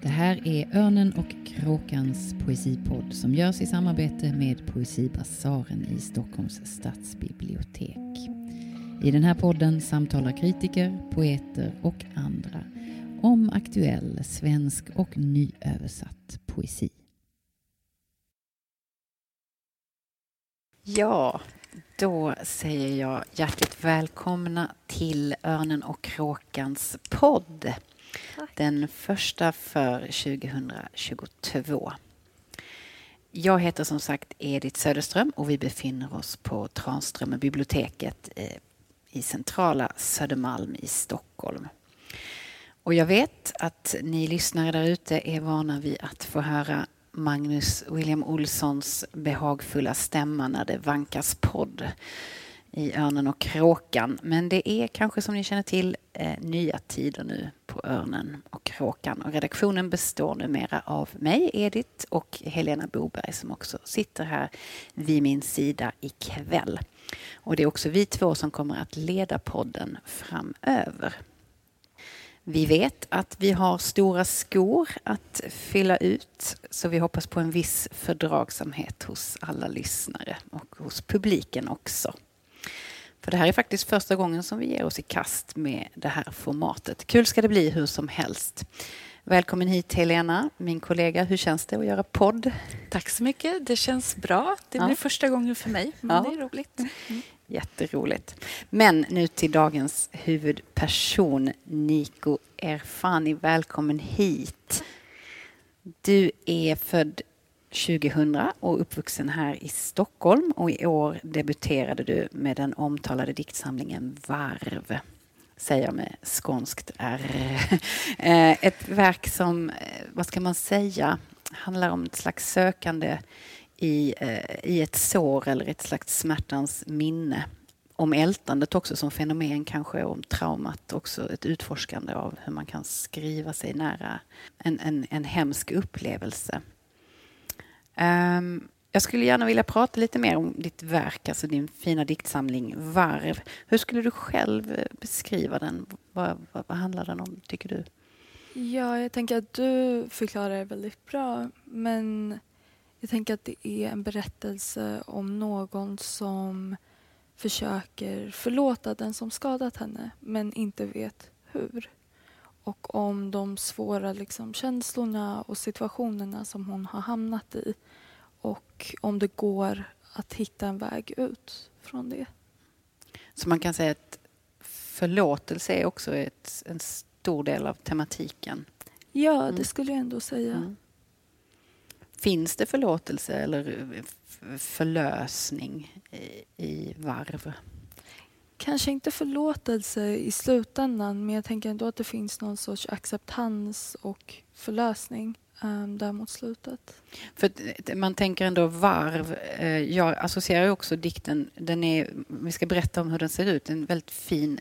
Det här är Örnen och Kråkans poesipodd som görs i samarbete med Poesibasaren i Stockholms stadsbibliotek. I den här podden samtalar kritiker, poeter och andra om aktuell svensk och nyöversatt poesi. Ja, då säger jag hjärtligt välkomna till Örnen och Kråkans podd. Tack. Den första för 2022. Jag heter som sagt Edith Söderström och vi befinner oss på Tranströmer biblioteket i centrala Södermalm i Stockholm. Och jag vet att ni lyssnare där ute är vana vid att få höra Magnus William Olssons behagfulla stämma när det vankas podd i Örnen och Kråkan. Men det är kanske som ni känner till nya tider nu på Örnen och Kråkan. Och redaktionen består numera av mig, Edith, och Helena Boberg som också sitter här vid min sida ikväll. Och det är också vi två som kommer att leda podden framöver. Vi vet att vi har stora skor att fylla ut så vi hoppas på en viss fördragsamhet hos alla lyssnare och hos publiken också. För det här är faktiskt första gången som vi ger oss i kast med det här formatet. Kul ska det bli hur som helst. Välkommen hit Helena, min kollega. Hur känns det att göra podd? Tack så mycket, det känns bra. Det blir första gången för mig, men det är roligt. Jätteroligt. Men nu till dagens huvudperson, Nico Erfani. Välkommen hit. Du är född 2000 och uppvuxen här i Stockholm och i år debuterade du med den omtalade diktsamlingen Varv. Säger jag med skånskt R. Ett verk som, vad ska man säga, handlar om ett slags sökande i ett sår eller ett slags smärtans minne. Om ältandet också som fenomen kanske, om traumat också, ett utforskande av hur man kan skriva sig nära en hemsk upplevelse. Jag skulle gärna vilja prata lite mer om ditt verk, alltså din fina diktsamling Varv. Hur skulle du själv beskriva den? Vad handlar den om, tycker du? Ja, jag tänker att du förklarar det väldigt bra, men jag tänker att det är en berättelse om någon som försöker förlåta den som skadat henne, men inte vet hur. Och om de svåra känslorna och situationerna som hon har hamnat i. Och om det går att hitta en väg ut från det. Så man kan säga att förlåtelse är också en stor del av tematiken. Ja, det skulle jag ändå säga. Mm. Finns det förlåtelse eller förlösning i Varv? Kanske inte förlåtelse i slutändan, men jag tänker ändå att det finns någon sorts acceptans och förlösning där mot slutet. För man tänker ändå Varv, jag associerar också dikten, vi ska berätta om hur den ser ut, en väldigt fin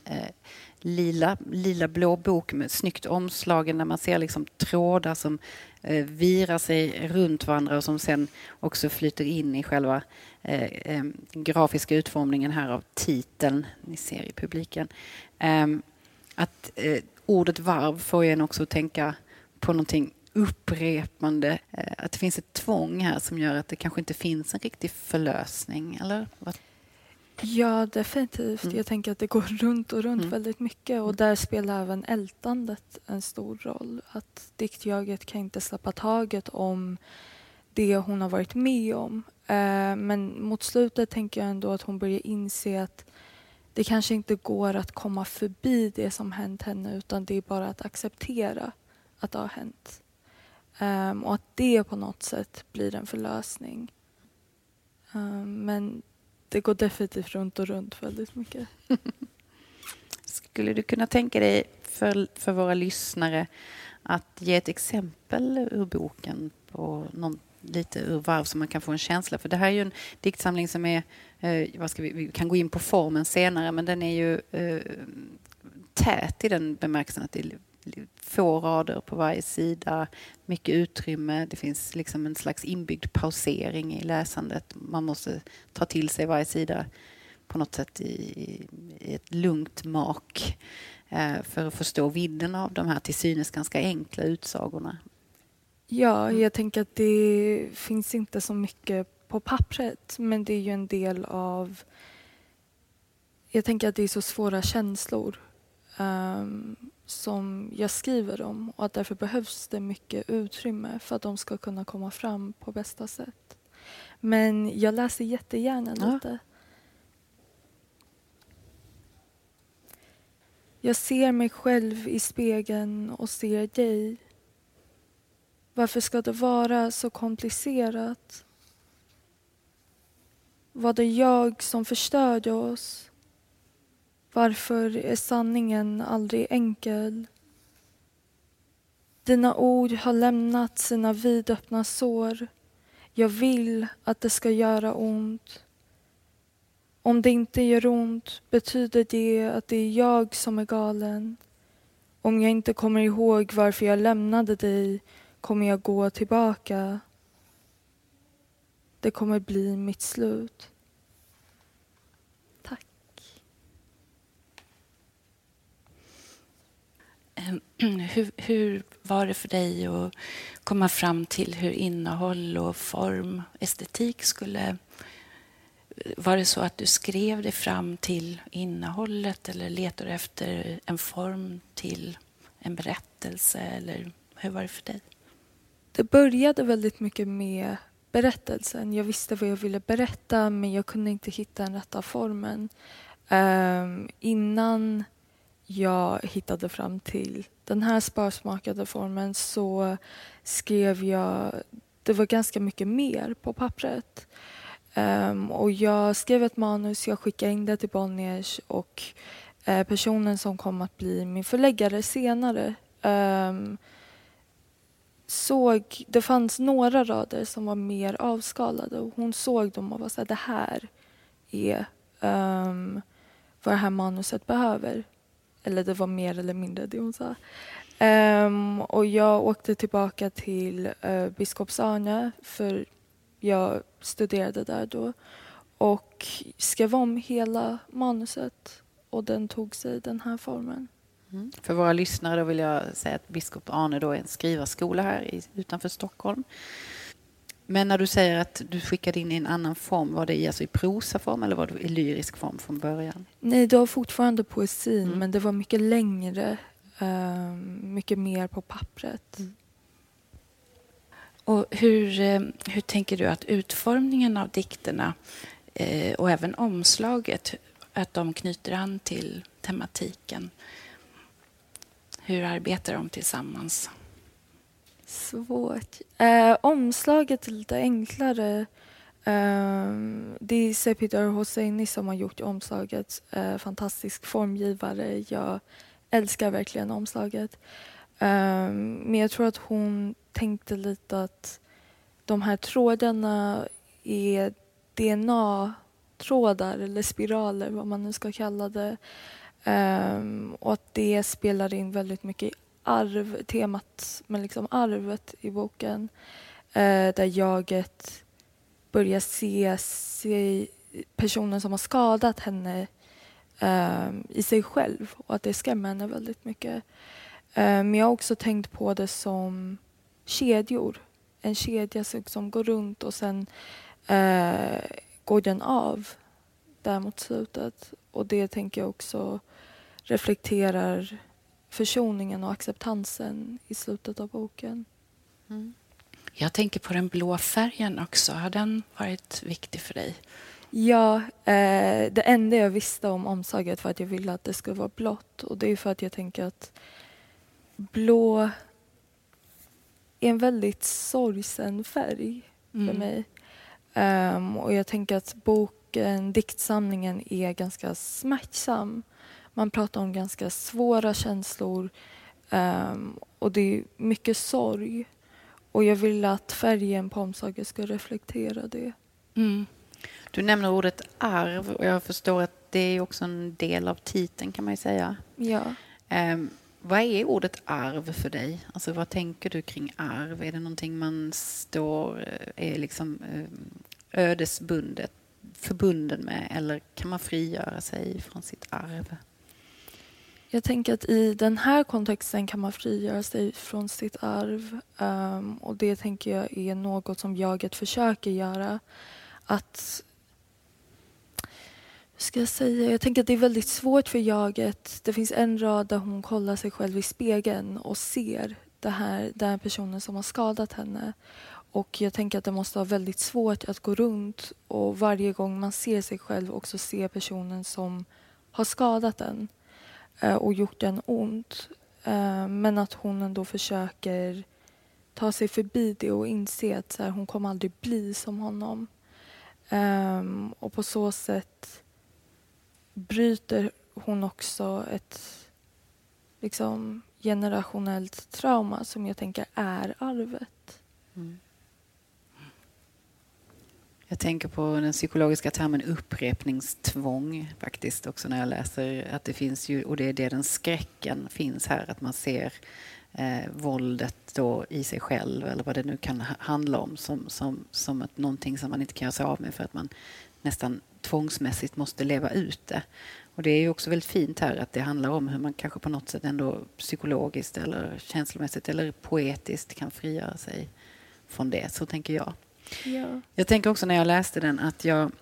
lila blå bok med snyggt omslagen där man ser trådar som virar sig runt varandra och som sen också flyter in i själva grafiska utformningen här av titeln ni ser i publiken. Att ordet varv får en också tänka på någonting upprepande, att det finns ett tvång här som gör att det kanske inte finns en riktig förlösning, eller? Ja, definitivt. Jag tänker att det går runt och runt väldigt mycket och där spelar även ältandet en stor roll. Att diktjaget kan inte släppa taget om det hon har varit med om. Men mot slutet tänker jag ändå att hon börjar inse att det kanske inte går att komma förbi det som hänt henne, utan det är bara att acceptera att det har hänt. Och att det på något sätt blir en förlösning. Men det går definitivt runt och runt väldigt mycket. Skulle du kunna tänka dig för våra lyssnare att ge ett exempel ur boken på någon lite ur Varv så man kan få en känsla? För det här är ju en diktsamling som är, vi kan gå in på formen senare, men den är ju tät i den bemärkelsen att det är få rader på varje sida, mycket utrymme. Det finns en slags inbyggd pausering i läsandet. Man måste ta till sig varje sida på något sätt i ett lugnt mak för att förstå vidden av de här till synes ganska enkla utsagorna. Ja, jag tänker att det finns inte så mycket på pappret, men det är ju en del av... Jag tänker att det är så svåra känslor som jag skriver om och att därför behövs det mycket utrymme för att de ska kunna komma fram på bästa sätt. Men jag läser jättegärna lite. Jag ser mig själv i spegeln och ser dig. Varför ska det vara så komplicerat? Var det jag som förstörde oss? Varför är sanningen aldrig enkel? Dina ord har lämnat sina vidöppna sår. Jag vill att det ska göra ont. Om det inte gör ont betyder det att det är jag som är galen. Om jag inte kommer ihåg varför jag lämnade dig kommer jag gå tillbaka. Det kommer bli mitt slut. Tack. Hur var det för dig att komma fram till hur innehåll och form, estetik skulle... Var det så att du skrev dig fram till innehållet eller letade efter en form till en berättelse? Eller hur var det för dig? Det började väldigt mycket med berättelsen. Jag visste vad jag ville berätta men jag kunde inte hitta den rätta formen. Innan jag hittade fram till den här sparsmakade formen så skrev jag... Det var ganska mycket mer på pappret. Och jag skrev ett manus, jag skickade in det till Bonniers och personen som kom att bli min förläggare senare såg, det fanns några rader som var mer avskalade och hon såg dem och var så här, det här är vad det här manuset behöver. Eller det var mer eller mindre det hon sa. Och jag åkte tillbaka till Biskops-Arne för jag studerade där då och skrev om hela manuset och den tog sig den här formen. För våra lyssnare då vill jag säga att Biskop-Arne då är en skrivarskola här utanför Stockholm. Men när du säger att du skickade in i en annan form, var det alltså i prosaform eller var det i lyrisk form från början? Nej, det var fortfarande poesin men det var mycket längre, mycket mer på pappret. Och hur tänker du att utformningen av dikterna och även omslaget, att de knyter an till tematiken? Hur arbetar de tillsammans? Svårt. Omslaget är lite enklare. Det är Sepidar Hosseini som har gjort omslaget. Fantastisk formgivare. Jag älskar verkligen omslaget. Men jag tror att hon tänkte lite att de här trådarna är DNA-trådar eller spiraler, vad man nu ska kalla det. Och att det spelar in väldigt mycket i temat med liksom arvet i boken. Där jaget börjar se personen som har skadat henne i sig själv och att det skrämmer henne väldigt mycket. Men jag har också tänkt på det som kedjor. En kedja som går runt och sen går den av där mot slutet. Och det tänker jag också reflekterar försoningen och acceptansen i slutet av boken. Jag tänker på den blå färgen också. Har den varit viktig för dig? Ja, det enda jag visste om omslaget var att jag ville att det skulle vara blått. Och det är för att jag tänker att blå är en väldigt sorgsen färg för mig. Och jag tänker att diktsamlingen är ganska smärtsam. Man pratar om ganska svåra känslor och det är mycket sorg. Och jag vill att färgen på omslaget ska reflektera det. Du nämner ordet arv och jag förstår att det är också en del av titeln kan man ju säga. Ja. Vad är ordet arv för dig? Alltså vad tänker du kring arv? Är det någonting man är liksom ödesbunden med eller kan man frigöra sig från sitt arv? Jag tänker att i den här kontexten kan man frigöra sig från sitt arv. Och det tänker jag är något som jaget försöker göra. Att, ska jag säga, jag tänker att det är väldigt svårt för jaget. Det finns en rad där hon kollar sig själv i spegeln och ser den personen som har skadat henne. Och jag tänker att det måste vara väldigt svårt att gå runt och varje gång man ser sig själv också se personen som har skadat den och gjort den ont. Men att hon ändå försöker ta sig förbi det och inse att så här, hon kommer aldrig bli som honom. Och på så sätt bryter hon också ett liksom generationellt trauma som jag tänker är arvet. Mm. Jag tänker på den psykologiska termen upprepningstvång faktiskt också när jag läser att det finns ju, och det är det den skräcken finns här, att man ser våldet då i sig själv eller vad det nu kan handla om som någonting som man inte kan göra sig av med för att man nästan tvångsmässigt måste leva ut det. Och det är ju också väldigt fint här att det handlar om hur man kanske på något sätt ändå psykologiskt eller känslomässigt eller poetiskt kan frigöra sig från det. Så tänker jag. Ja. Jag tänker också när jag läste den att jag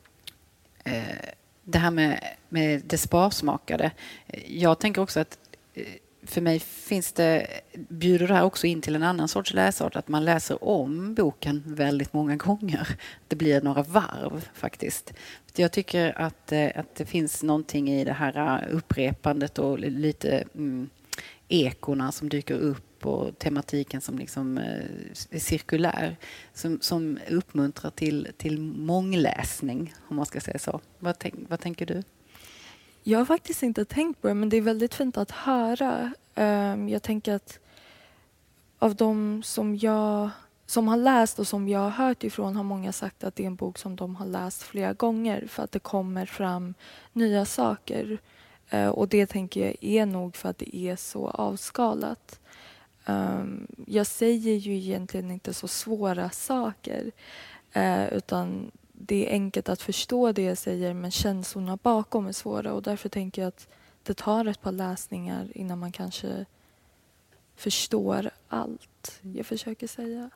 det här med det sparsmakade. Jag tänker också att för mig bjuder det här också in till en annan sorts läsart, att man läser om boken väldigt många gånger. Det blir några varv faktiskt. Jag tycker att det finns någonting i det här upprepandet och lite ekorna som dyker upp och tematiken som liksom är cirkulär som uppmuntrar till mångläsning, om man ska säga så. Vad tänker du? Jag har faktiskt inte tänkt på det, men det är väldigt fint att höra. Jag tänker att av de som har läst och som jag har hört ifrån har många sagt att det är en bok som de har läst flera gånger för att det kommer fram nya saker. Och det tänker jag är nog för att det är så avskalat. Jag säger ju egentligen inte så svåra saker utan det är enkelt att förstå det jag säger men känslorna bakom är svåra och därför tänker jag att det tar ett par läsningar innan man kanske förstår allt jag försöker säga.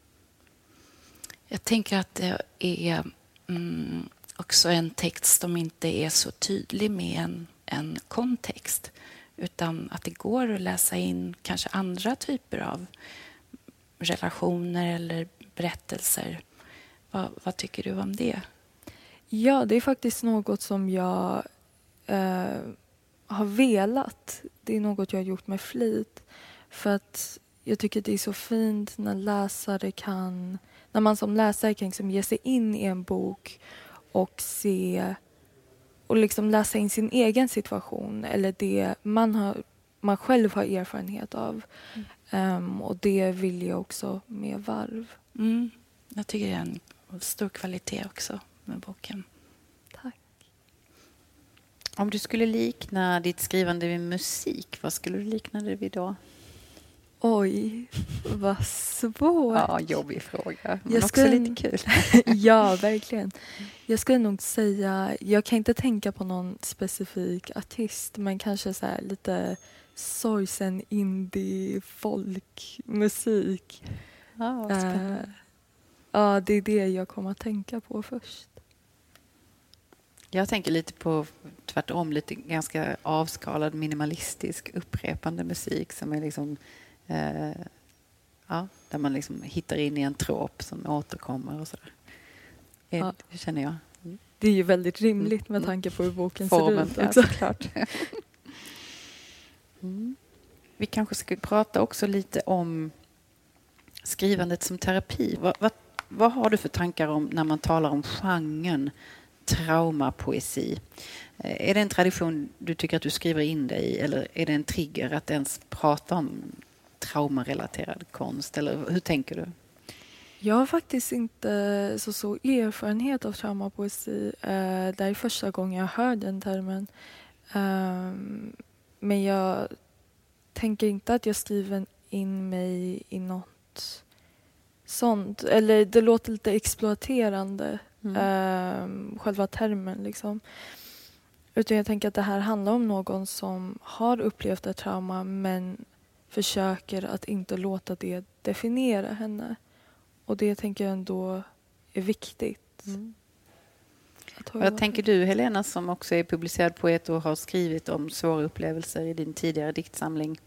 Jag tänker att det är också en text som inte är så tydlig med en kontext utan att det går att läsa in kanske andra typer av relationer eller berättelser. Vad tycker du om det? Ja, det är faktiskt något som jag har velat. Det är något jag har gjort med flit. För att jag tycker det är så fint när man som läsare kan liksom ge sig in i en bok och se och liksom läsa in sin egen situation eller det man själv har erfarenhet av. Och det vill jag också med Varv. Jag tycker det är en stor kvalitet också med boken. Tack. Om du skulle likna ditt skrivande vid musik, vad skulle du likna det vid då? Oj, vad svårt. Ja, jobbig fråga. Men också lite kul. Ja, verkligen. Jag skulle nog säga, jag kan inte tänka på någon specifik artist, men kanske så här lite sorgsen indie folkmusik. Ja, spännande. Ja, det är det jag kommer att tänka på först. Jag tänker lite på tvärtom, lite ganska avskalad minimalistisk upprepande musik som är liksom där man liksom hittar in i en trop som återkommer och sådär. Det känner jag. Det är ju väldigt rimligt med tanke på hur boken formen ser ut också. Såklart. Vi kanske ska prata också lite om skrivandet som terapi. Vad har du för tankar om när man talar om genren traumapoesi? Är det en tradition du tycker att du skriver in dig i eller är det en trigger att ens prata om traumarelaterad konst? Eller hur tänker du? Jag har faktiskt inte så stor erfarenhet av traumapoesi. Det är första gången jag hör den termen. Men jag tänker inte att jag skriver in mig i något sånt. Eller det låter lite exploaterande, själva termen liksom. Utan jag tänker att det här handlar om någon som har upplevt ett trauma men försöker att inte låta det definiera henne. Och det tänker jag ändå är viktigt. Vad tänker du, Helena, som också är publicerad poet och har skrivit om svåra upplevelser i din tidigare diktsamling?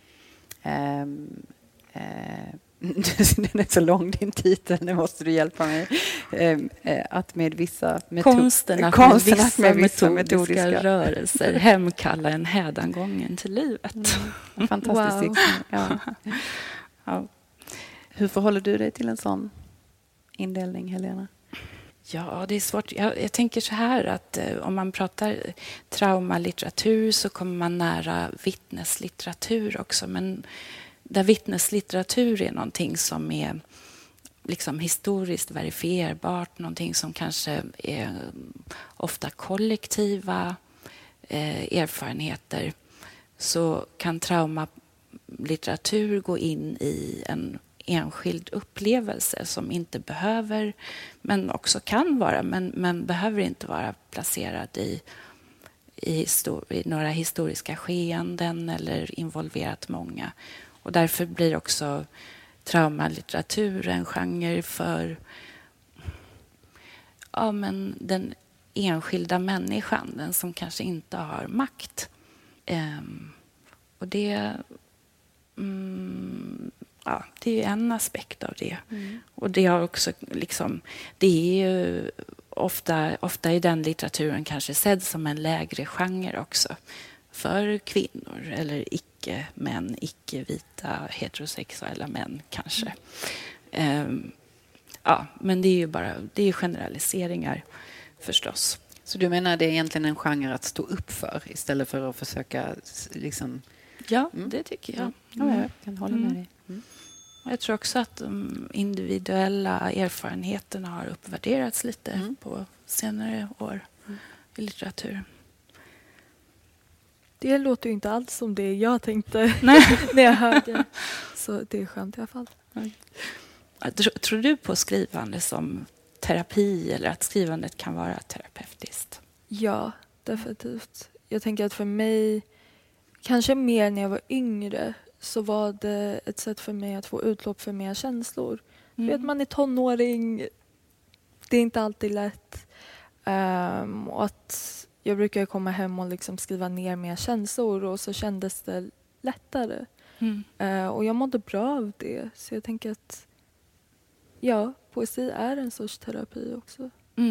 Den är så lång, din titel, nu måste du hjälpa mig. Att med vissa konsten att med vissa metodiska rörelser hemkalla en hädangången till livet. Fantastiskt. Wow. Ja. Hur förhåller du dig till en sån indelning, Helena? Ja, det är svårt. Jag tänker så här att om man pratar traumalitteratur så kommer man nära vittneslitteratur också. Men där vittneslitteratur är någonting som är liksom historiskt verifierbart, någonting som kanske är ofta kollektiva erfarenheter, så kan traumalitteratur gå in i en enskild upplevelse som inte behöver, men också kan vara, men behöver inte vara placerad i några historiska skeenden eller involverat många. Och därför blir också traumalitteratur en genre för den enskilda människan, den som kanske inte har makt. Och det det är en aspekt av det. Och det har också det är ju ofta i den litteraturen kanske sedd som en lägre genre också för kvinnor eller icke-män, icke-vita heterosexuella män kanske. Men det är ju generaliseringar förstås. Så du menar det är egentligen en genre att stå upp för istället för att försöka liksom... Ja, det tycker jag. Jag kan hålla med dig. Jag tror också att de individuella erfarenheterna har uppvärderats lite på senare år i litteratur. Det låter ju inte alls som det jag tänkte när jag hörde. Så det är skönt i alla fall. Tror du på skrivande som terapi eller att skrivandet kan vara terapeutiskt? Ja, definitivt. Jag tänker att för mig, kanske mer när jag var yngre, så var det ett sätt för mig att få utlopp för mer känslor. Vet man är tonåring, det är inte alltid lätt. Och att jag brukar komma hem och liksom skriva ner mer känslor och så kändes det lättare. Och jag mådde bra av det. Så jag tänker att poesi är en sorts terapi också.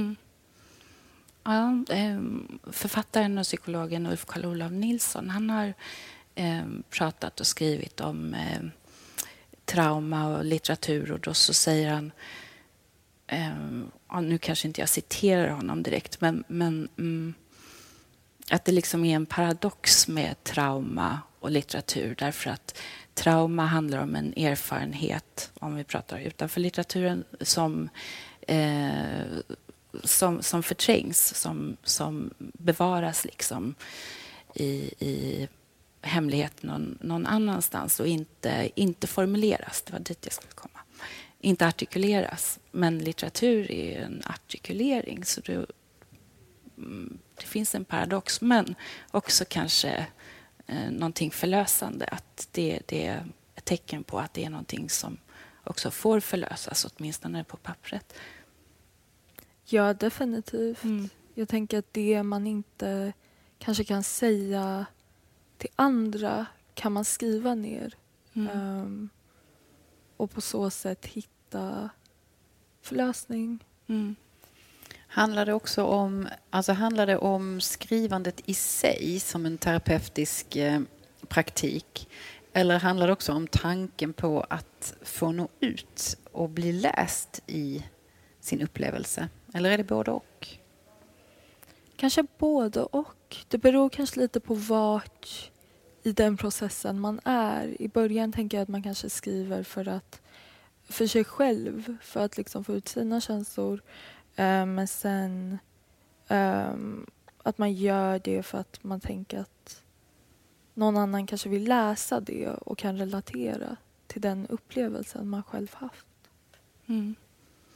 Ja, författaren och psykologen Ulf Karl-Olof Nilsson, han har pratat och skrivit om trauma och litteratur, och då så säger han, nu kanske inte jag citerar honom direkt, men att det liksom är en paradox med trauma och litteratur, därför att trauma handlar om en erfarenhet, om vi pratar utanför litteraturen, som förträngs, som bevaras liksom i hemlighet någon annanstans och inte formuleras. Det var dit jag skulle komma. Inte artikuleras. Men litteratur är en artikulering, så det finns en paradox, men också kanske någonting förlösande, att det är ett tecken på att det är någonting som också får förlösas, åtminstone på pappret. Ja, definitivt. Jag tänker att det man inte kanske kan säga till andra kan man skriva ner. Och på så sätt hitta förlösning. Handlar det om skrivandet i sig som en terapeutisk praktik? Eller handlar det också om tanken på att få nå ut och bli läst i sin upplevelse? Eller är det både och? Kanske både och. Det beror kanske lite på vart i den processen man är. I början tänker jag att man kanske skriver för sig själv, för att liksom få ut sina känslor. Men sen att man gör det för att man tänker att någon annan kanske vill läsa det och kan relatera till den upplevelsen man själv haft.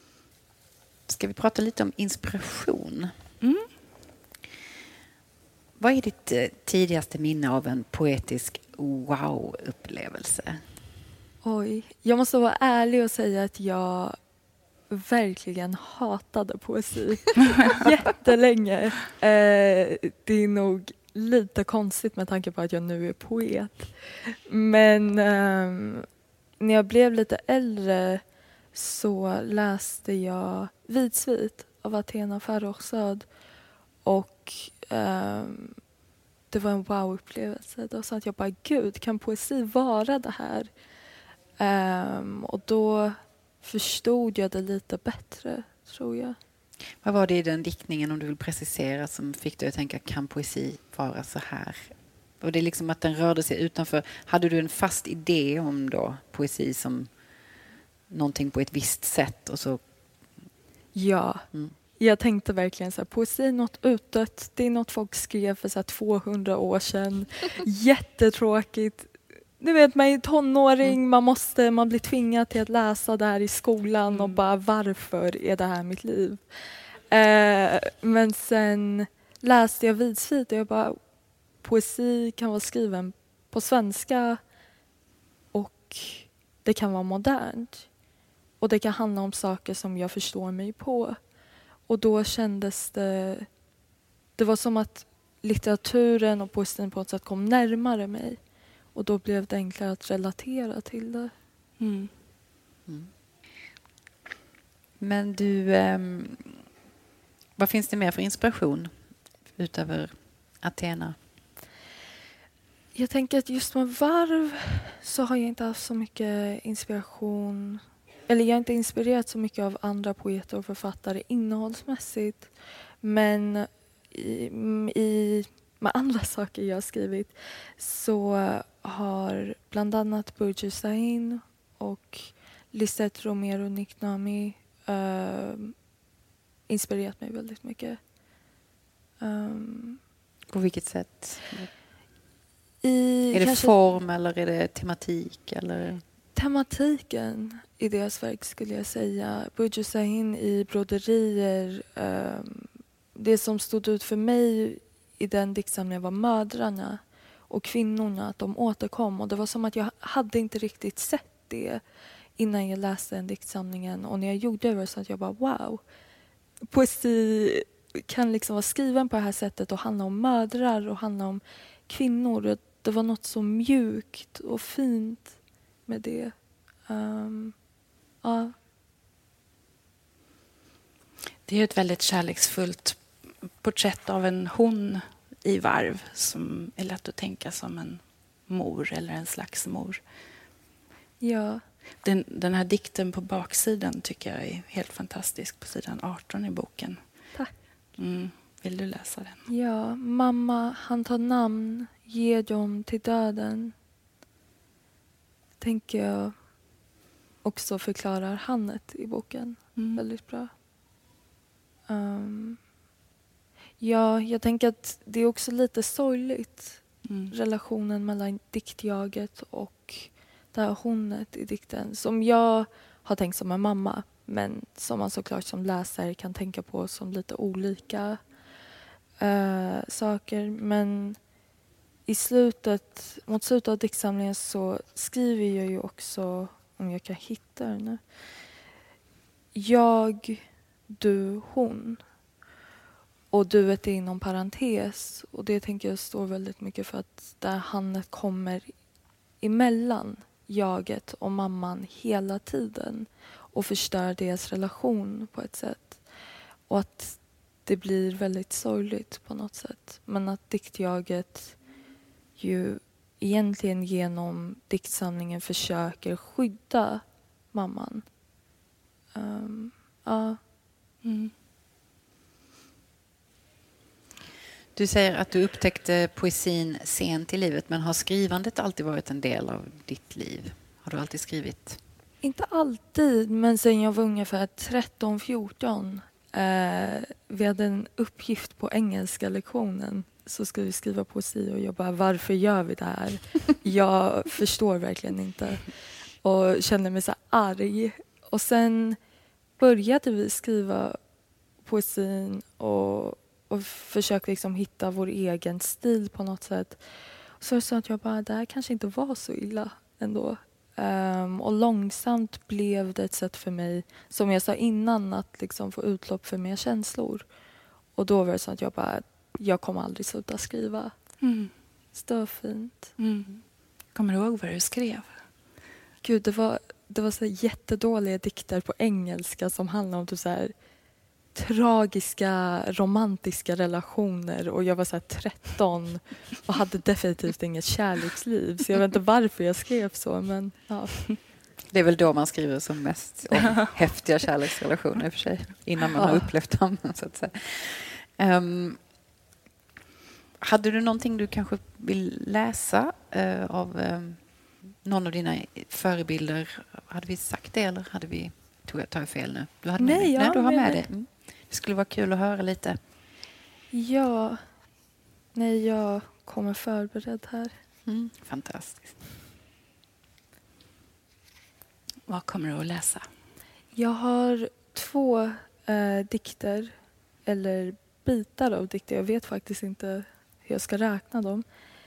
Ska vi prata lite om inspiration? Vad är ditt tidigaste minne av en poetisk wow-upplevelse? Oj, jag måste vara ärlig och säga att jag verkligen hatade poesi jättelänge. Det är nog lite konstigt med tanke på att jag nu är poet. Men när jag blev lite äldre så läste jag Vidsvit av Athena Farrokhzad och det var en wow-upplevelse. Då sa att jag bara, gud, kan poesi vara det här? Och då förstod jag det lite bättre, tror jag. Vad var det i den diktningen, om du vill precisera, som fick dig att tänka, kan poesi vara så här? Och det är liksom att den rörde sig utanför. Hade du en fast idé om då poesi som någonting på ett visst sätt? Och så... Ja, jag tänkte verkligen så här, poesi är något utdött. Det är något folk skrev för så här 200 år sedan. Jättetråkigt. Du vet, man är tonåring, man blir tvingad till att läsa det här i skolan och bara, varför är det här mitt liv? Men sen läste jag Vidsvit och jag bara, poesi kan vara skriven på svenska och det kan vara modernt. Och det kan handla om saker som jag förstår mig på. Och då kändes det var som att litteraturen och poesin på något sätt kom närmare mig. Och då blev det enklare att relatera till det. Mm. Mm. Men du, vad finns det mer för inspiration utöver Athena? Jag tänker att just med varv så har jag inte haft så mycket inspiration. Eller jag har inte inspirerat så mycket av andra poeter och författare innehållsmässigt. Men med andra saker jag har skrivit så har bland annat Burcu Sahin och Lisette Romero Niknami inspirerat mig väldigt mycket. På vilket sätt? Är det form eller är det tematik? Eller? Tematiken i deras verk skulle jag säga. Burcu Sahin i broderier. Det som stod ut för mig i den diktsamlingen var mödrarna och kvinnorna, att de återkom. Och det var som att jag hade inte riktigt sett det innan jag läste den diktsamlingen. Och när jag gjorde det var det så att jag bara, wow. Poesi kan liksom vara skriven på det här sättet och handla om mödrar och handla om kvinnor. Det var något så mjukt och fint med det. Ja. Det är ett väldigt kärleksfullt porträtt av en hon i varv som är lätt att tänka som en mor eller en slags mor. Ja. Den här dikten på baksidan tycker jag är helt fantastisk, på sidan 18 i boken. Tack. Vill du läsa den? Ja, mamma, han tar namn, ger dem till döden. Tänker jag också förklarar Hannet i boken väldigt bra. Ja, jag tänker att det är också lite sorgligt. Relationen mellan diktjaget och det här honet i dikten. Som jag har tänkt som en mamma. Men som man såklart som läsare kan tänka på som lite olika saker. Men mot slutet av diktsamlingen så skriver jag ju också, om jag kan hitta den nu. Jag, du, hon. Och duet är inom parentes. Och det tänker jag står väldigt mycket för att där Hannet kommer emellan jaget och mamman hela tiden. Och förstör deras relation på ett sätt. Och att det blir väldigt sorgligt på något sätt. Men att diktjaget ju egentligen genom diktsamlingen försöker skydda mamman. Ja. Du säger att du upptäckte poesin sent i livet, men har skrivandet alltid varit en del av ditt liv? Har du alltid skrivit? Inte alltid, men sen jag var ungefär 13-14. Vi hade en uppgift på engelska lektionen. Så skulle vi skriva poesi och jag bara, varför gör vi det här? Jag förstår verkligen inte. Och kände mig så arg. Och sen började vi skriva poesin och och försökt liksom hitta vår egen stil på något sätt. Så det så att jag bara, det här kanske inte var så illa ändå. Och långsamt blev det ett sätt för mig, som jag sa innan, att liksom få utlopp för mer känslor. Och då var det så att jag bara, jag kommer aldrig sluta skriva. Störfint. Kommer du ihåg vad du skrev? Gud, det var så jättedåliga dikter på engelska som handlade om typ så här tragiska romantiska relationer, och jag var så här 13 och hade definitivt inget kärleksliv, så jag vet inte varför jag skrev så, men ja. Det är väl då man skriver som mest om häftiga kärleksrelationer i och för sig, innan man har upplevt dem, så att säga. Hade du någonting du kanske vill läsa av någon av dina förebilder? Hade vi sagt det, eller tar jag fel nu? Du hade Nej, du har med det. Det skulle vara kul att höra lite. Ja. Nej, jag kommer förberedd här. Fantastiskt. Vad kommer du att läsa? Jag har 2 dikter, eller bitar av dikter. Jag vet faktiskt inte hur jag ska räkna dem.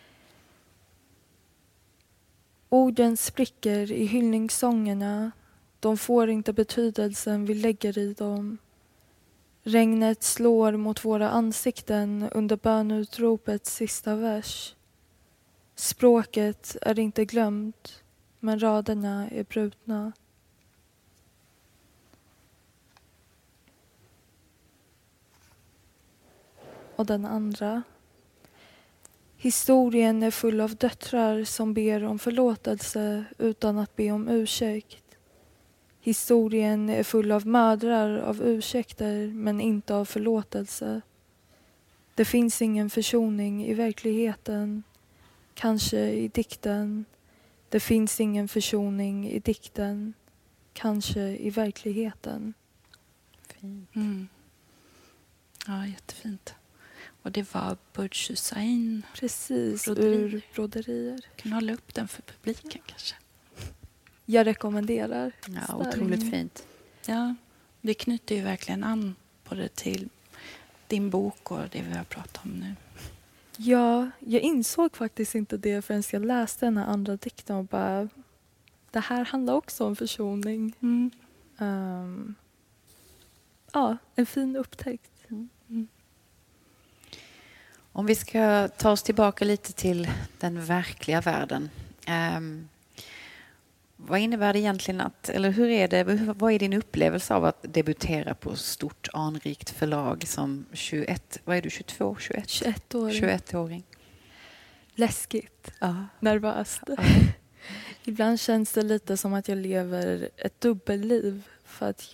Orden spricker i hyllningssångerna. De får inte betydelsen vi lägger i dem. Regnet slår mot våra ansikten under bönutropets sista vers. Språket är inte glömt, men raderna är brutna. Och den andra. Historien är full av döttrar som ber om förlåtelse utan att be om ursäkt. Historien är full av mödrar av ursäkter men inte av förlåtelse. Det finns ingen försoning i verkligheten, kanske i dikten. Det finns ingen försoning i dikten, kanske i verkligheten. Fint. Ja, jättefint. Och det var Burj Hussein. Precis, Broderier. ur broderier. Kan du hålla upp den för publiken kanske? Jag rekommenderar. Ja, otroligt fint. Ja, det knyter ju verkligen an både till din bok och det vi har pratat om nu. Ja, jag insåg faktiskt inte det förrän jag läste den här andra dikten och bara, det här handlar också om försoning. Ja, en fin upptäckt. Om vi ska ta oss tillbaka lite till den verkliga världen. Vad innebär det egentligen vad är din upplevelse av att debutera på stort anrikt förlag som 21, vad är du, 22, 21? 21-åring. Läskigt. Ja. Nervöst. Ja. Ibland känns det lite som att jag lever ett dubbelliv, för att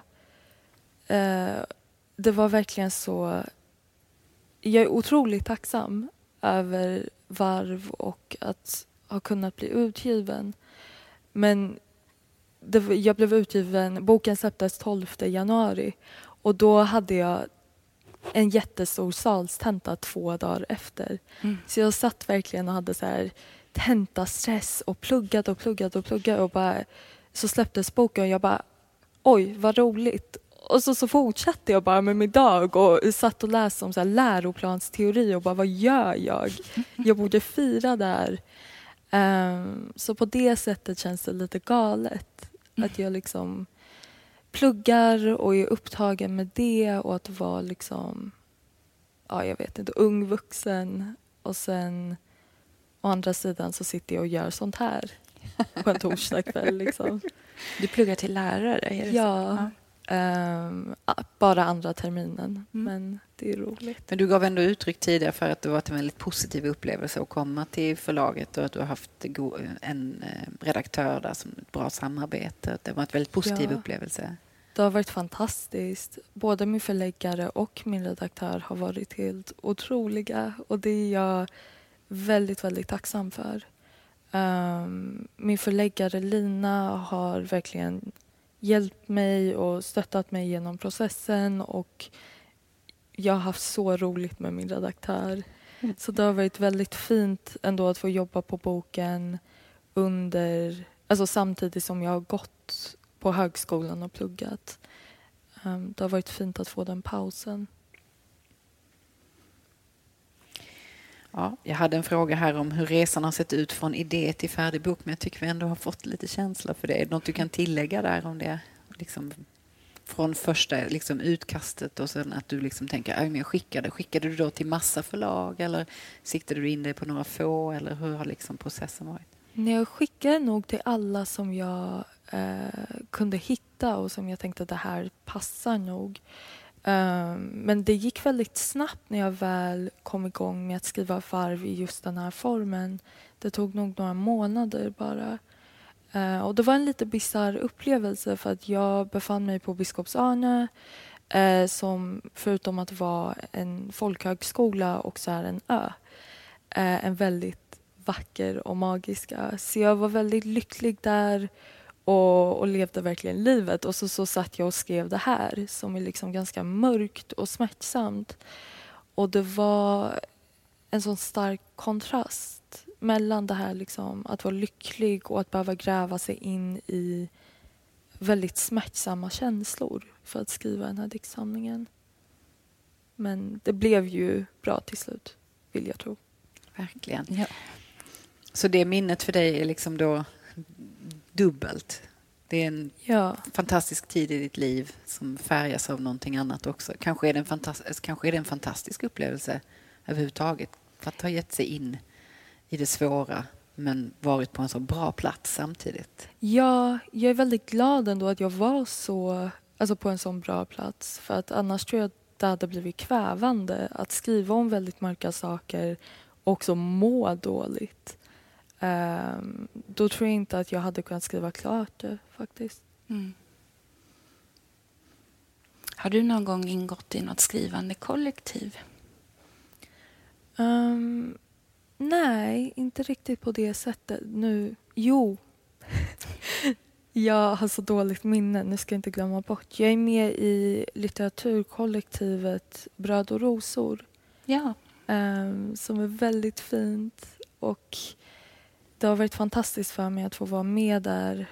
det var verkligen så. Jag är otroligt tacksam över Varv och att ha kunnat bli utgiven. Men jag blev utgiven, boken släpptes 12 januari och då hade jag en jättestor salstenta 2 dagar efter. Så jag satt verkligen och hade så här tentastress och pluggade och bara, så släpptes boken och jag bara, oj vad roligt. Och så fortsatte jag bara med min dag och satt och läste om så här läroplansteori och bara, vad gör jag? Jag borde fira där. Så på det sättet känns det lite galet. Att jag liksom pluggar och är upptagen med det och att vara liksom, ja jag vet inte, ung vuxen. Och sen å andra sidan så sitter jag och gör sånt här på en torsdagkväll liksom. Du pluggar till lärare, är det Ja. så? Bara andra terminen, men det är roligt. Men du gav ändå uttryck tidigare för att det var en väldigt positiv upplevelse att komma till förlaget och att du har haft en redaktör där som ett bra samarbete. Det var en väldigt positiv upplevelse. Det har varit fantastiskt. Både min förläggare och min redaktör har varit helt otroliga och det är jag väldigt, väldigt tacksam för. Min förläggare Lina har verkligen hjälpt mig och stöttat mig genom processen och jag har haft så roligt med min redaktör. Så det har varit väldigt fint ändå att få jobba på boken samtidigt som jag har gått på högskolan och pluggat. Det har varit fint att få den pausen. Ja, jag hade en fråga här om hur resan har sett ut från idé till färdig bok, men jag tycker vi ändå har fått lite känsla för det. Är det något du kan tillägga där om det? Liksom, från första liksom, utkastet och sen att du liksom tänker men jag skickade du då till massa förlag eller siktade du in dig på några få eller hur har liksom processen varit? Jag skickade nog till alla som jag kunde hitta och som jag tänkte att det här passar nog. Men det gick väldigt snabbt när jag väl kom igång med att skriva varv i just den här formen. Det tog nog några månader bara. Och det var en lite bizarr upplevelse för att jag befann mig på Biskops-Arnö som förutom att vara en folkhögskola också är en ö. En väldigt vacker och magisk ö. Så jag var väldigt lycklig där och levde verkligen livet. Och så satt jag och skrev det här som är liksom ganska mörkt och smärtsamt. Och det var en sån stark kontrast mellan det här liksom, att vara lycklig och att behöva gräva sig in i väldigt smärtsamma känslor för att skriva den här diktsamlingen. Men det blev ju bra till slut, vill jag tro. Verkligen. Ja. Så det minnet för dig är liksom då dubbelt. Det är en fantastisk tid i ditt liv som färgas av någonting annat också. Kanske är det en fantastisk upplevelse överhuvudtaget för att ha gett sig in i det svåra men varit på en så bra plats samtidigt. Ja, jag är väldigt glad ändå att jag var så, alltså på en sån bra plats. För att annars tror jag att det hade blivit kvävande att skriva om väldigt mörka saker och också må dåligt. Då tror jag inte att jag hade kunnat skriva klart det faktiskt. Mm. Har du någon gång ingått i något skrivande kollektiv? Nej, inte riktigt på det sättet. Jo. Jag har så dåligt minne, nu ska jag inte glömma bort. Jag är med i litteraturkollektivet Bröd och rosor. Ja. Som är väldigt fint. Och det har varit fantastiskt för mig att få vara med där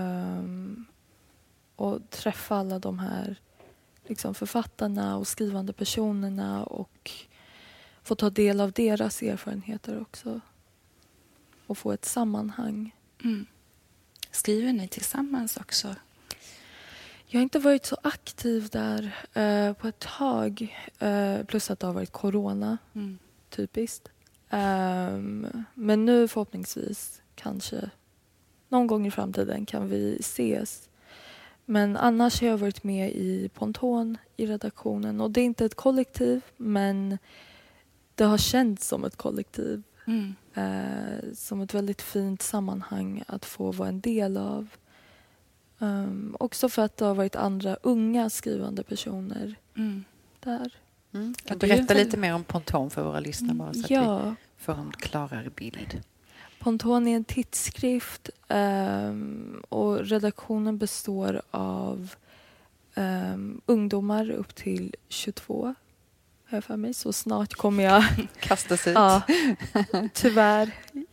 och träffa alla de här liksom, författarna och skrivande personerna och få ta del av deras erfarenheter också. Och få ett sammanhang. Mm. Skriver ni tillsammans också? Jag har inte varit så aktiv där på ett tag. Plus att det har varit corona. Typiskt. Men nu förhoppningsvis kanske någon gång i framtiden kan vi ses. Men annars har jag varit med i Ponton i redaktionen. Och det är inte ett kollektiv men det har känts som ett kollektiv. Som ett väldigt fint sammanhang att få vara en del av. Också för att det har varit andra unga skrivande personer där. Kan du berätta lite mer om Ponton för våra lyssnare bara så att vi får en klarare bild? Ponton är en tidskrift och redaktionen består av ungdomar upp till 22 här för mig. Så snart kommer jag kastas ut. Ja, tyvärr.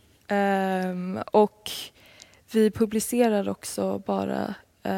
Och vi publicerar också bara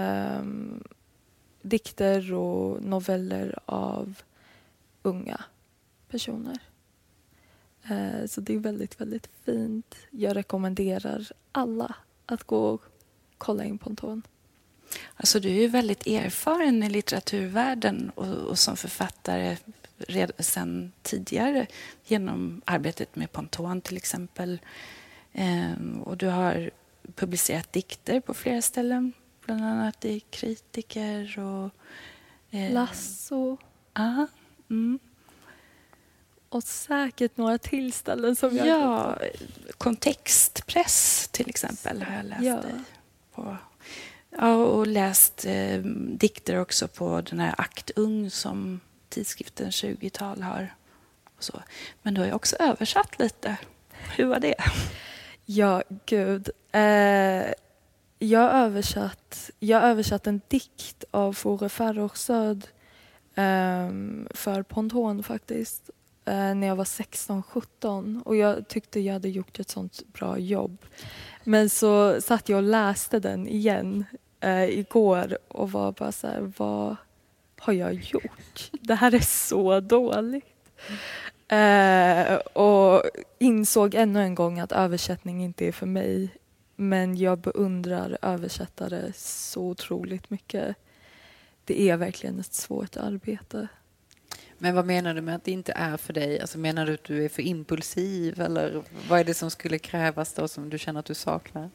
dikter och noveller av unga personer. Så det är väldigt, väldigt fint. Jag rekommenderar alla att gå och kolla in Ponton. Alltså du är ju väldigt erfaren i litteraturvärlden och som författare redan sedan tidigare genom arbetet med Ponton till exempel. Och du har publicerat dikter på flera ställen, bland annat i Kritiker och Lasso. Mm. Och säkert några tillställen som jag... Ja, Kontextpress till exempel har jag läst dig på. Ja, och läst dikter också på den här Aktung som tidskriften 20-tal har. Och så. Men du har ju också översatt lite. Hur var det? Ja, gud. Jag har översatt en dikt av Fore Ferrorsöd för Ponton faktiskt. När jag var 16-17 och jag tyckte jag hade gjort ett sånt bra jobb. Men så satt jag och läste den igen igår och var bara så här, vad har jag gjort? Det här är så dåligt. Och insåg ännu en gång att översättning inte är för mig. Men jag beundrar översättare så otroligt mycket. Det är verkligen ett svårt arbete. Men vad menar du med att det inte är för dig? Alltså menar du att du är för impulsiv? Eller vad är det som skulle krävas då som du känner att du saknar?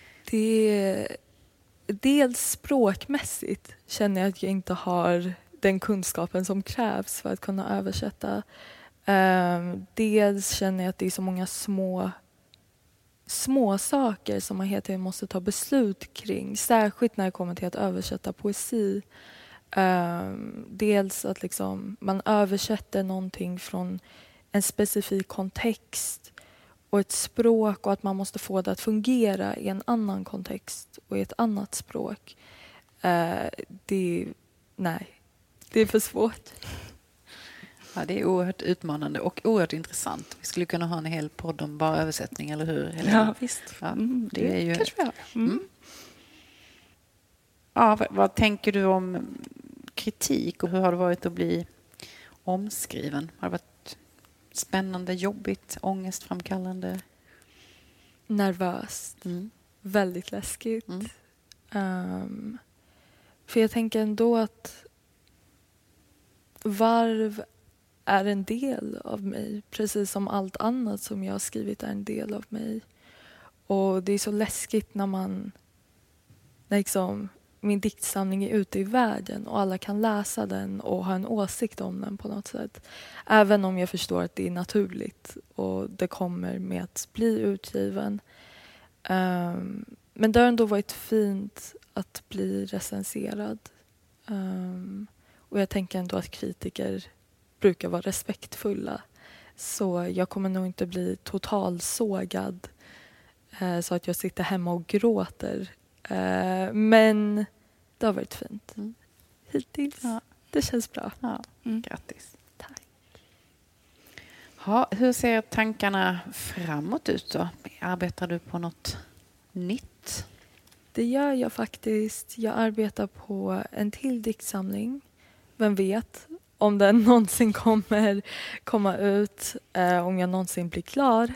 Dels språkmässigt känner jag att jag inte har den kunskapen som krävs för att kunna översätta. Dels känner jag att det är så många små saker som man hela tiden måste ta beslut kring. Särskilt när det kommer till att översätta poesi. Dels att liksom man översätter någonting från en specifik kontext och ett språk och att man måste få det att fungera i en annan kontext och i ett annat språk. Det är för svårt. Ja, det är oerhört utmanande och oerhört intressant. Vi skulle kunna ha en hel podd om bara översättning, eller hur, Helena? Ja, visst. Ja, det är ju... kanske vi har. Ja, vad tänker du om kritik och hur har det varit att bli omskriven? Har det varit spännande, jobbigt, ångestframkallande? Nervöst. Väldigt läskigt. För jag tänker ändå att varv är en del av mig. Precis som allt annat som jag har skrivit är en del av mig. Och det är så läskigt när liksom min diktsamling är ute i världen och alla kan läsa den och ha en åsikt om den på något sätt. Även om jag förstår att det är naturligt och det kommer med att bli utgiven. Men det har ändå varit fint att bli recenserad. Och jag tänker ändå att kritiker brukar vara respektfulla. Så jag kommer nog inte bli totalsågad så att jag sitter hemma och gråter. Men det har varit fint. Hittills. Ja. Det känns bra. Ja. Grattis. Tack. Ja, hur ser tankarna framåt ut då? Arbetar du på något nytt? Det gör jag faktiskt. Jag arbetar på en till diktsamling. Vem vet om den någonsin kommer komma ut. Om jag någonsin blir klar.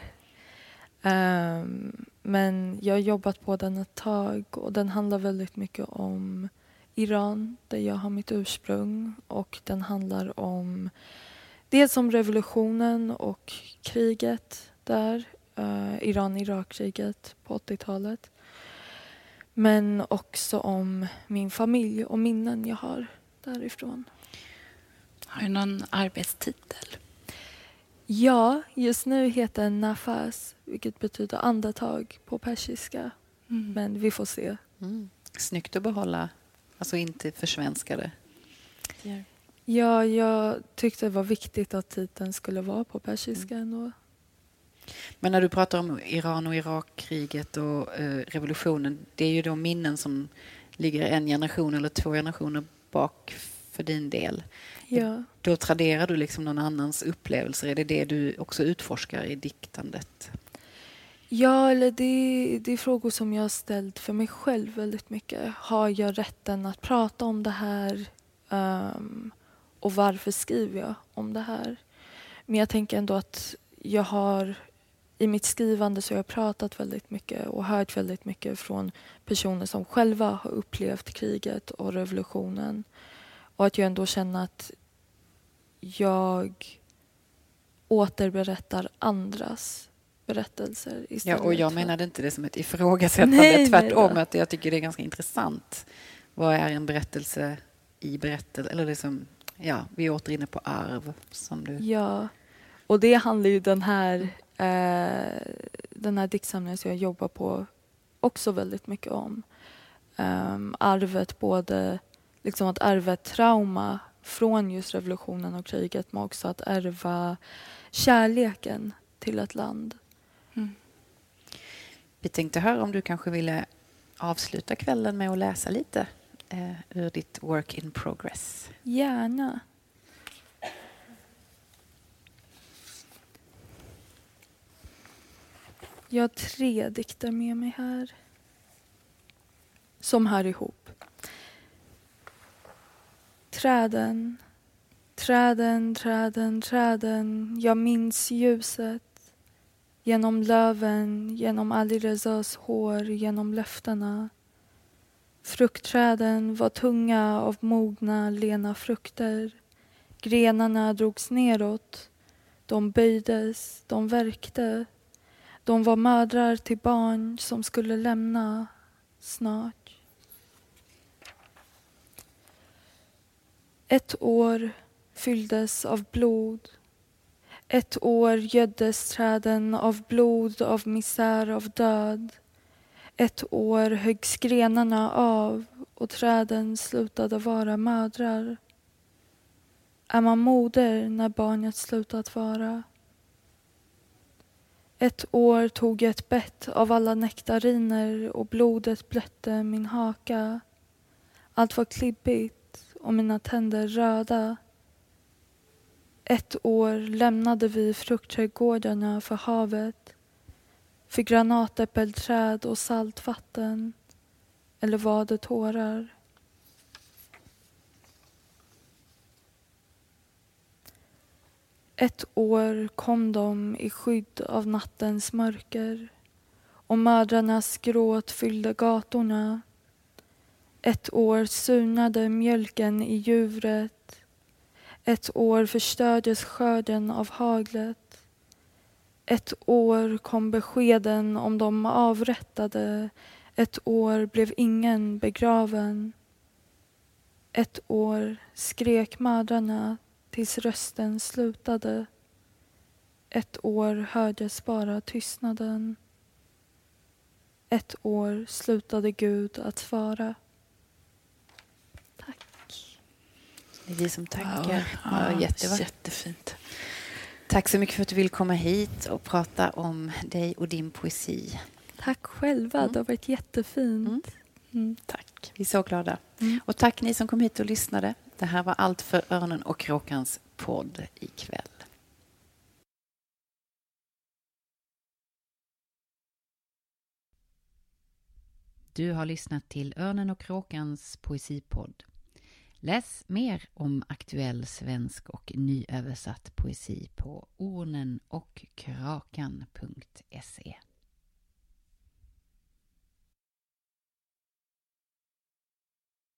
Men jag har jobbat på den ett tag och den handlar väldigt mycket om Iran där jag har mitt ursprung och den handlar om dels om revolutionen och kriget där, Iran-Irak-kriget på 80-talet. Men också om min familj och minnen jag har därifrån. Har du någon arbetstitel? Ja, just nu heter den Nafas, vilket betyder andetag på persiska. Men vi får se. Snyggt att behålla, alltså inte försvenska det. Ja, jag tyckte det var viktigt att titeln skulle vara på persiska ändå. Men när du pratar om Iran och Irakkriget och revolutionen, det är ju då minnen som ligger en generation eller 2 generationer bak för din del. Ja. Då traderar du liksom någon annans upplevelser. Är det du också utforskar i diktandet? Ja, eller det är frågor som jag har ställt för mig själv väldigt mycket. Har jag rätten att prata om det här? Och varför skriver jag om det här? Men jag tänker ändå att jag har i mitt skrivande så har jag pratat väldigt mycket och hört väldigt mycket från personer som själva har upplevt kriget och revolutionen. Och att jag ändå känner att jag återberättar andras berättelser istället. Ja, och jag menade inte det som ett ifrågasättande. Tvärtom, att jag tycker det är ganska intressant. Vad är en berättelse i berättelse? Eller liksom, ja, vi är åter inne på arv. Som du... Ja, och det handlar ju den här diktsamlingen som jag jobbar på också väldigt mycket om. Arvet, både liksom att ärva ett trauma från just revolutionen och kriget, men också att ärva kärleken till ett land. Vi tänkte höra om du kanske ville avsluta kvällen med att läsa lite ur ditt work in progress. Gärna. Jag har 3 dikter med mig här som hör ihop. Träden Träden, träden, träden, jag minns ljuset. Genom löven, genom Alirezas hår, genom löftena. Fruktträden var tunga av mogna, lena frukter. Grenarna drogs neråt. De böjdes, de värkte. De var mödrar till barn som skulle lämna snart. Ett år fylldes av blod. Ett år göddes träden av blod, av misär, av död. Ett år höggs grenarna av och träden slutade vara mödrar. Är man moder när barnet slutat vara? Ett år tog jag ett bett av alla nektariner och blodet blötte min haka. Allt var klibbigt och mina tänder röda. Ett år lämnade vi fruktträdgårdarna för havet, för granatäppelträd och saltvatten, eller var det tårar? Ett år kom de i skydd av nattens mörker och mödrarnas gråt fyllde gatorna. Ett år surnade mjölken i djuret. Ett år förstördes skörden av haglet. Ett år kom beskeden om de avrättade. Ett år blev ingen begraven. Ett år skrek mödrarna tills rösten slutade. Ett år hördes bara tystnaden. Ett år slutade Gud att svara. Tack. Det är vi som tackar. Wow. Ja, jättevackert. Jättefint. Tack så mycket för att du vill komma hit och prata om dig och din poesi. Tack själva, det har varit jättefint. Tack. Vi är så glada. Och tack ni som kom hit och lyssnade. Det här var allt för Örnen och Kråkans podd ikväll. Du har lyssnat till Örnen och Kråkans poesipodd. Läs mer om aktuell svensk och nyöversatt poesi på ornenochkrakan.se.